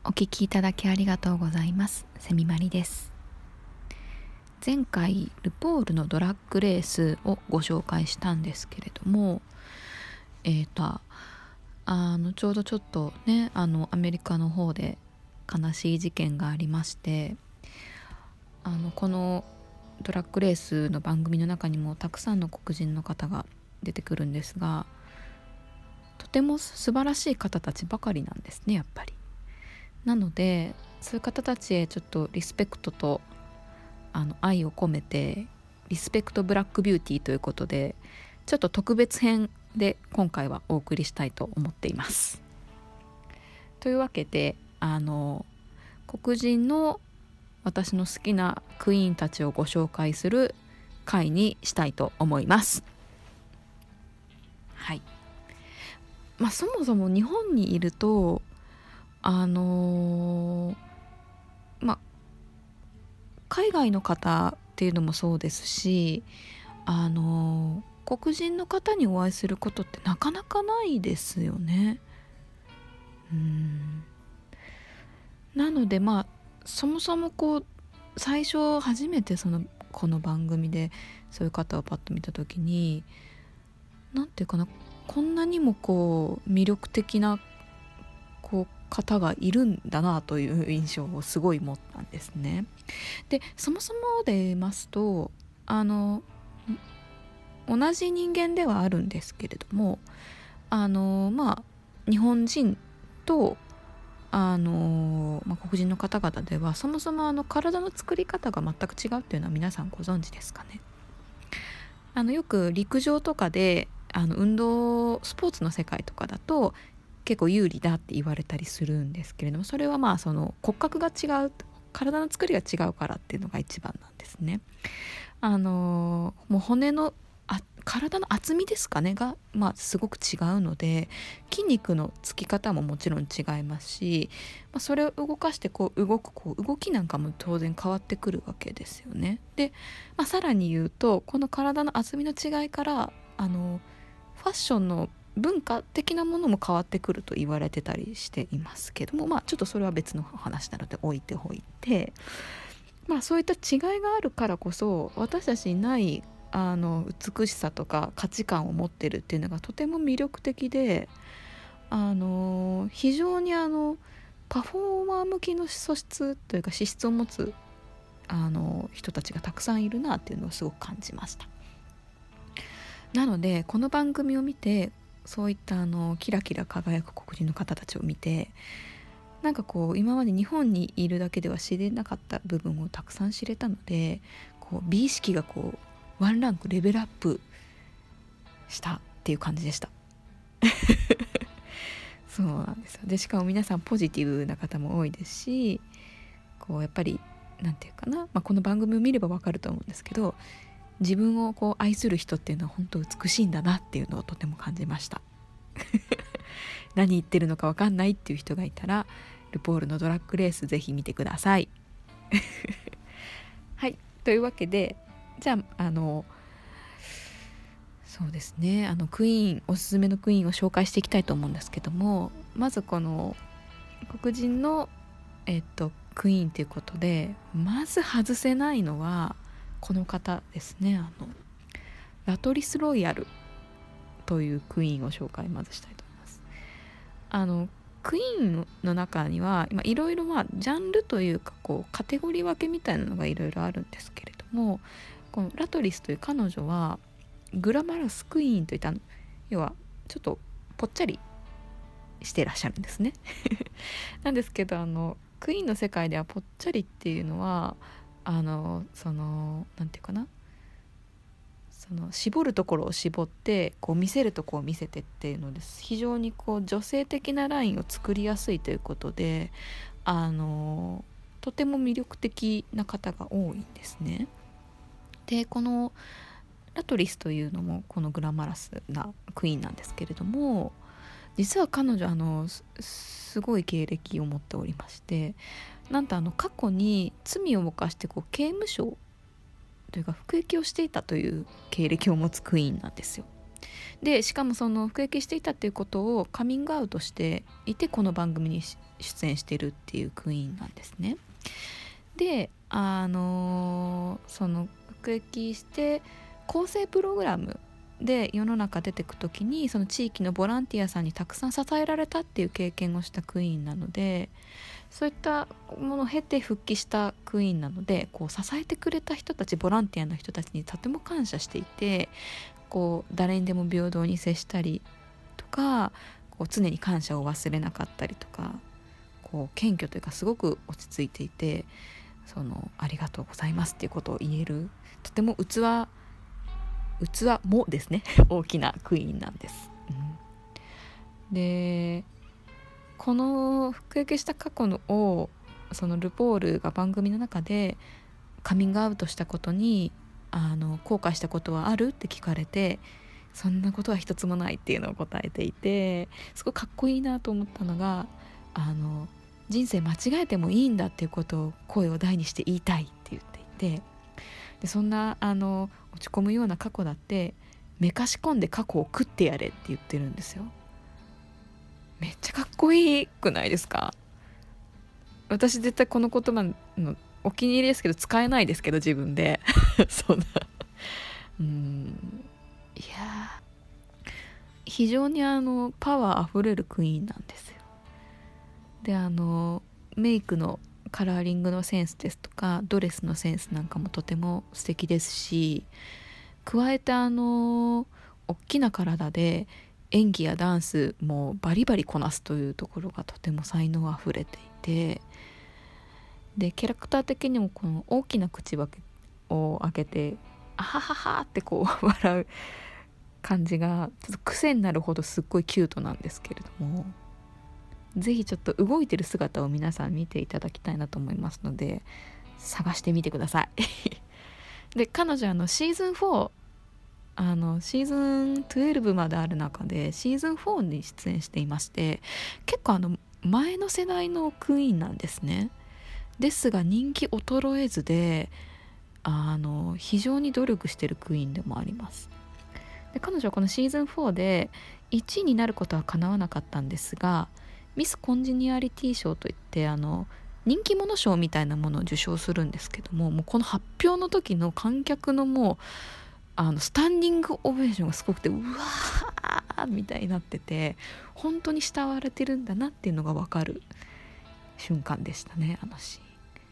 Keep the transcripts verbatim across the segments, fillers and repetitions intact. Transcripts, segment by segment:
お聞きいただきありがとうございます。セミマリです。前回ルポールのドラッグレースをご紹介したんですけれども、えーとあのちょうどちょっとねあのアメリカの方で悲しい事件がありまして、あのこのドラッグレースの番組の中にもたくさんの黒人の方が出てくるんですが、とても素晴らしい方たちばかりなんですね、やっぱり。なのでそういう方たちへちょっとリスペクトとあの愛を込めて、リスペクトブラックビューティーということで、ちょっと特別編で今回はお送りしたいと思っています。というわけで、あの黒人の私の好きなクイーンたちをご紹介する回にしたいと思います。はい。まあそもそも日本にいるとあのー、まあ海外の方っていうのもそうですし、あのー、黒人の方にお会いすることってなかなかないですよね。うんなのでまあそもそもこう最初初めてそのこの番組でそういう方をパッと見た時に、なんていうかな、こんなにもこう魅力的なこう方がいるんだなという印象をすごい持ったんですね。でそもそもで言いますと、あの同じ人間ではあるんですけれども、あのまあ日本人とあの、まあ、黒人の方々ではそもそもあの体の作り方が全く違うっていうのは皆さんご存知ですかね。あのよく陸上とかであの運動スポーツの世界とかだと結構有利だって言われたりするんですけれども、それはまあその骨格が違う、体の作りが違うからっていうのが一番なんですね。あのもう骨のあ体の厚みですかねが、まあ、すごく違うので、筋肉のつき方ももちろん違いますし、まあ、それを動かしてこう動くこう動きなんかも当然変わってくるわけですよね。で、まあ、さらに言うとこの体の厚みの違いからあのファッションの文化的なものも変わってくると言われてたりしていますけども、まあちょっとそれは別の話なので置いておいて、まあそういった違いがあるからこそ私たちにないあの美しさとか価値観を持ってるっていうのがとても魅力的で、あの非常にあのパフォーマー向きの素質というか資質を持つあの人たちがたくさんいるなっていうのをすごく感じました。なのでこの番組を見て、そういったあのキラキラ輝く黒人の方たちを見て、なんかこう今まで日本にいるだけでは知れなかった部分をたくさん知れたので、こう美意識がこうワンランクレベルアップしたっていう感じでした。そうなんですよ。でしかも皆さんポジティブな方も多いですし、こうやっぱりなんていうかな、まあ、この番組を見ればわかると思うんですけど、自分をこう愛する人っていうのは本当美しいんだなっていうのをとても感じました。何言ってるのかわかんないっていう人がいたらルポールのドラッグレースぜひ見てください。はい、というわけで、じゃああのそうですね、あのクイーンおすすめのクイーンを紹介していきたいと思うんですけども、まずこの黒人のえっとクイーンということでまず外せないのはこの方ですね。あのラトリス・ロイヤルというクイーンを紹介まずしたいと思います。あのクイーンの中にはいろいろジャンルというかこうカテゴリー分けみたいなのがいろいろあるんですけれども、このラトリスという彼女はグラマラスクイーンといった要はちょっとぽっちゃりしてらっしゃるんですね。なんですけど、あのクイーンの世界ではぽっちゃりっていうのはあのそのなんていうかな、その絞るところを絞ってこう見せるところを見せてっていうのです。非常にこう女性的なラインを作りやすいということで、あのとても魅力的な方が多いんですね。でこのラトリスというのもこのグラマラスなクイーンなんですけれども、実は彼女あの す, すごい経歴を持っておりまして、なんとあの過去に罪を犯してこう刑務所というか服役をしていたという経歴を持つクイーンなんですよ。でしかもその服役していたっていうことをカミングアウトしていて、この番組に出演してるっていうクイーンなんですね。であのその服役して更生プログラムで世の中出てく時にその地域のボランティアさんにたくさん支えられたっていう経験をしたクイーンなので、そういったものを経て復帰したクイーンなので、こう支えてくれた人たち、ボランティアの人たちにとても感謝していて、こう誰にでも平等に接したりとか、こう常に感謝を忘れなかったりとか、こう謙虚というかすごく落ち着いていて、そのありがとうございますっていうことを言える、とても器器もですね大きなクイーンなんです、うん、でこの服役した過去のをそのルポールが番組の中でカミングアウトしたことにあの後悔したことはあるって聞かれて、そんなことは一つもないっていうのを答えていて、すごいかっこいいなと思ったのが、あの人生間違えてもいいんだっていうことを声を大にして言いたいって言っていて、でそんなあの落ち込むような過去だってめかし込んで過去を食ってやれって言ってるんですよ。めっちゃかっこいいくないですか？私絶対この言葉のお気に入りですけど使えないですけど自分でそんなうーんいや非常にあのパワーあふれるクイーンなんですよ。であのメイクのカラーリングのセンスですとかドレスのセンスなんかもとても素敵ですし、加えてあの大きな体で演技やダンスもバリバリこなすというところがとても才能あふれていて、でキャラクター的にもこの大きな口を開けてあはははってこう笑う感じがちょっと癖になるほどすっごいキュートなんですけれども、ぜひちょっと動いてる姿を皆さん見ていただきたいなと思いますので探してみてくださいで彼女あのシーズンフォーあのシーズンじゅうにまである中でシーズンフォーに出演していまして、結構あの前の世代のクイーンなんですね。ですが人気衰えずであの非常に努力してるクイーンでもあります。で彼女はこのシーズンフォーでいちいになることは叶わなかったんですが、ミスコンジニアリティ賞といってあの人気者賞みたいなものを受賞するんですけども、もうこの発表の時の観客のもうあのスタンディングオベーションがすごくて、うわーみたいになってて、本当に慕われてるんだなっていうのが分かる瞬間でしたね、あのシーン、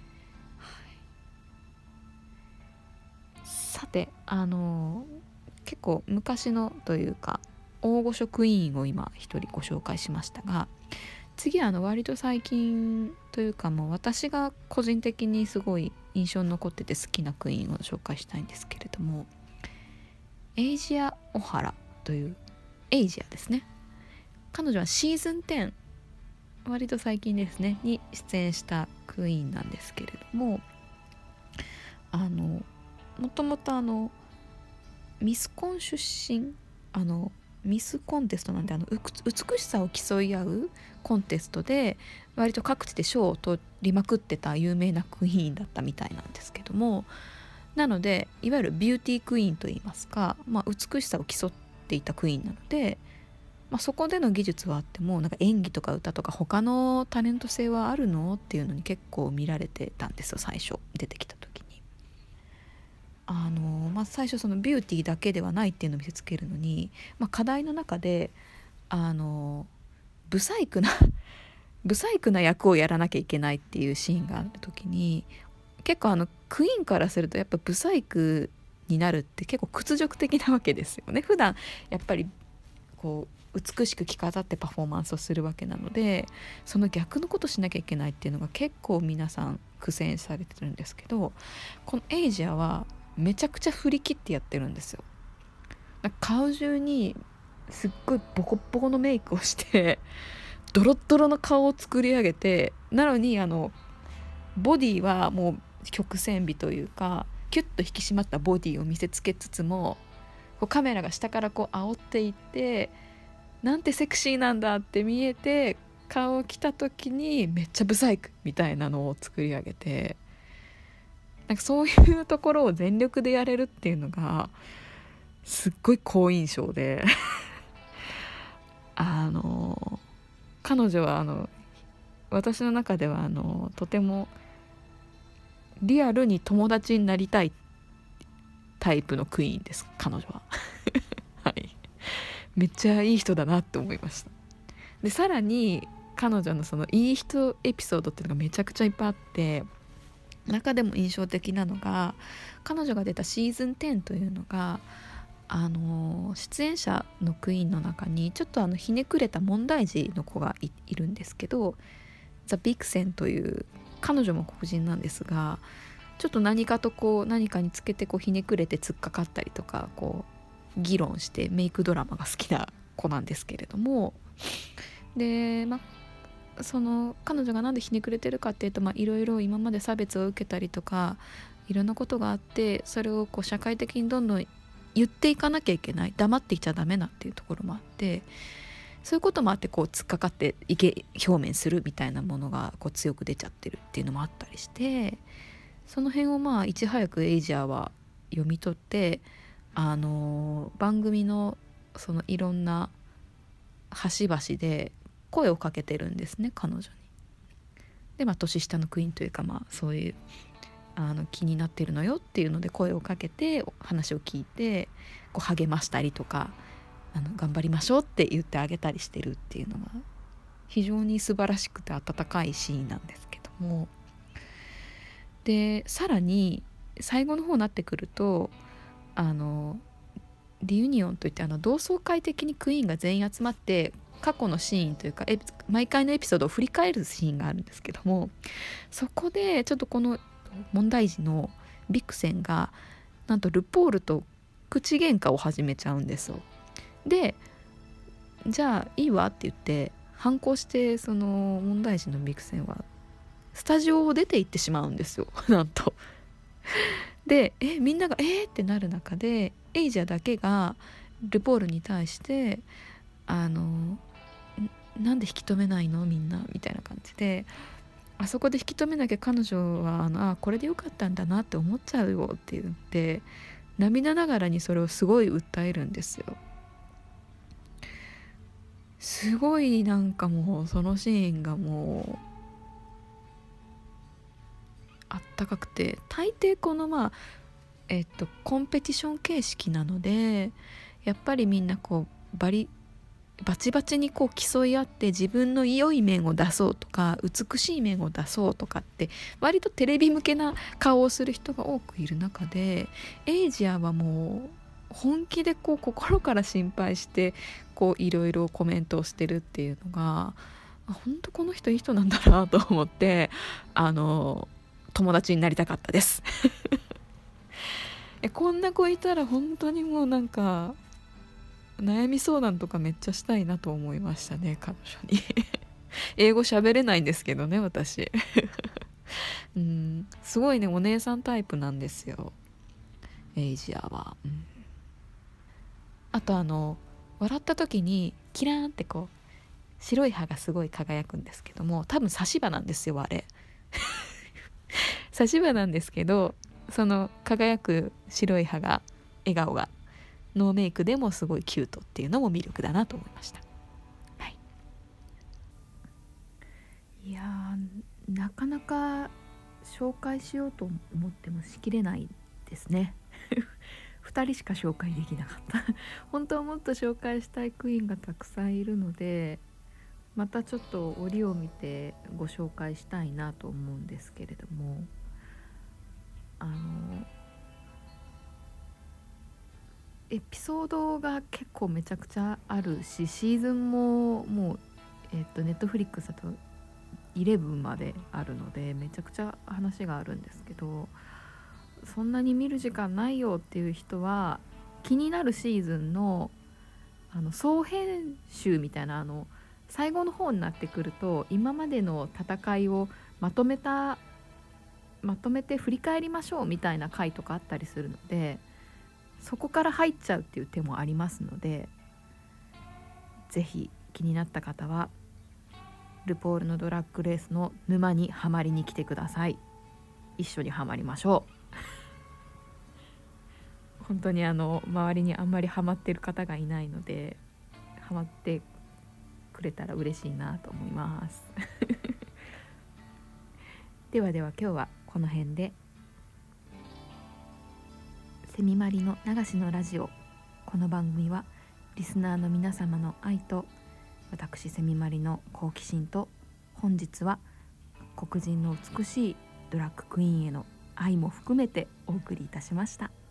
はい、さてあの結構昔のというか大御所クイーンを今一人ご紹介しましたが、次はあの割と最近というかもう私が個人的にすごい印象に残ってて好きなクイーンを紹介したいんですけれども、エイジア・オハラというエイジアですね。彼女はシーズンじゅう、割と最近ですねに出演したクイーンなんですけれども、あのもともとあのミスコン出身、あのミスコンテストなんであの美しさを競い合うコンテストで割と各地で賞を取りまくってた有名なクイーンだったみたいなんですけども、なのでいわゆるビューティークイーンといいますか、まあ、美しさを競っていたクイーンなので、まあ、そこでの技術はあってもなんか演技とか歌とか他のタレント性はあるのっていうのに結構見られてたんですよ、最初出てきた時に。あの、まあ、最初そのビューティーだけではないっていうのを見せつけるのに、まあ、課題の中であのブサイクなブサイクな役をやらなきゃいけないっていうシーンがある時に、結構あのクイーンからするとやっぱブサイクになるって結構屈辱的なわけですよね。普段やっぱりこう美しく着飾ってパフォーマンスをするわけなので、その逆のことしなきゃいけないっていうのが結構皆さん苦戦されてるんですけど、このエイジアはめちゃくちゃ振り切ってやってるんですよ。顔中にすっごいボコボコのメイクをしてドロッドロの顔を作り上げて、なのにあのボディはもう曲線美というかキュッと引き締まったボディを見せつけつつも、こうカメラが下からこう煽っていってなんてセクシーなんだって見えて、顔を来た時にめっちゃブサイクみたいなのを作り上げて、なんかそういうところを全力でやれるっていうのがすっごい好印象であの彼女はあの私の中ではあのとてもリアルに友達になりたいタイプのクイーンです、彼女は。はい、めっちゃいい人だなって思いました。でさらに彼女のそのいい人エピソードっていうのがめちゃくちゃいっぱいあって、中でも印象的なのが彼女が出たシーズンテンというのが、あの出演者のクイーンの中にちょっとあのひねくれた問題児の子が い, いるんですけど、ザ・ビクセンという彼女も黒人なんですが、ちょっと何かとこう何かにつけてこうひねくれて突っかかったりとか、こう議論してメイクドラマが好きな子なんですけれども、でまあその彼女がなんでひねくれてるかっていうと、いろいろ今まで差別を受けたりとかいろんなことがあって、それをこう社会的にどんどん言っていかなきゃいけない、黙っていちゃダメなっていうところもあって、そういうこともあってこう突っかかって意見表明するみたいなものがこう強く出ちゃってるっていうのもあったりして、その辺をまあいち早くエイジアは読み取って、あのー番組のそのいろんな端々で声をかけてるんですね、彼女に。でまあ年下のクイーンというか、まあそういうあの気になってるのよっていうので声をかけて話を聞いてこう励ましたりとか、あの頑張りましょうって言ってあげたりしてるっていうのが非常に素晴らしくて温かいシーンなんですけども、でさらに最後の方になってくると、あのリユニオンといってあの同窓会的にクイーンが全員集まって過去のシーンというか毎回のエピソードを振り返るシーンがあるんですけども、そこでちょっとこの問題児のビクセンがなんとルポールと口喧嘩を始めちゃうんですよ。でじゃあいいわって言って反抗して、その問題児のビクセンはスタジオを出て行ってしまうんですよ。なんとでえみんながえーってなる中でエイジャだけがルポールに対してあのなんで引き止めないのみんなみたいな感じで、あそこで引き止めなきゃ彼女はあのあこれでよかったんだなって思っちゃうよって言って涙ながらにそれをすごい訴えるんですよ。すごいなんかもうそのシーンがもうあったかくて、大抵このまあえっとコンペティション形式なのでやっぱりみんなこうバリバチバチにこう競い合って自分の良い面を出そうとか美しい面を出そうとかって割とテレビ向けな顔をする人が多くいる中で、エイジアはもう本気でこう心から心配してこういろいろコメントをしてるっていうのが本当この人いい人なんだなと思って、あの友達になりたかったです。えこんな子いたら本当にもうなんか悩み相談とかめっちゃしたいなと思いましたね、彼女に。英語喋れないんですけどね私。うんすごいねお姉さんタイプなんですよ、エイジアは。うん、あとあの笑った時にキラーンってこう白い歯がすごい輝くんですけども、多分差し歯なんですよあれ。差し歯なんですけど、その輝く白い歯が笑顔がノーメイクでもすごいキュートっていうのも魅力だなと思いました。はい、いやーなかなか紹介しようと思ってもしきれないですね。ふたりしか紹介できなかった。本当はもっと紹介したいクイーンがたくさんいるので、またちょっと折を見てご紹介したいなと思うんですけれども、あのエピソードが結構めちゃくちゃあるし、シーズンももうえっとネットフリックスだとじゅういちまであるのでめちゃくちゃ話があるんですけど、そんなに見る時間ないよっていう人は気になるシーズンのあの総編集みたいな、あの最後の方になってくると今までの戦いをまとめたまとめて振り返りましょうみたいな回とかあったりするので、そこから入っちゃうっていう手もありますので、ぜひ気になった方はルポールのドラッグレースの沼にはまりに来てください。一緒にはまりましょう。本当にあの周りにあんまりハマってる方がいないので、ハマってくれたら嬉しいなと思います。 ではでは今日はこの辺で。セミマリの流しのラジオ。この番組はリスナーの皆様の愛と私セミマリの好奇心と、本日は黒人の美しいドラッグクイーンへの愛も含めてお送りいたしました。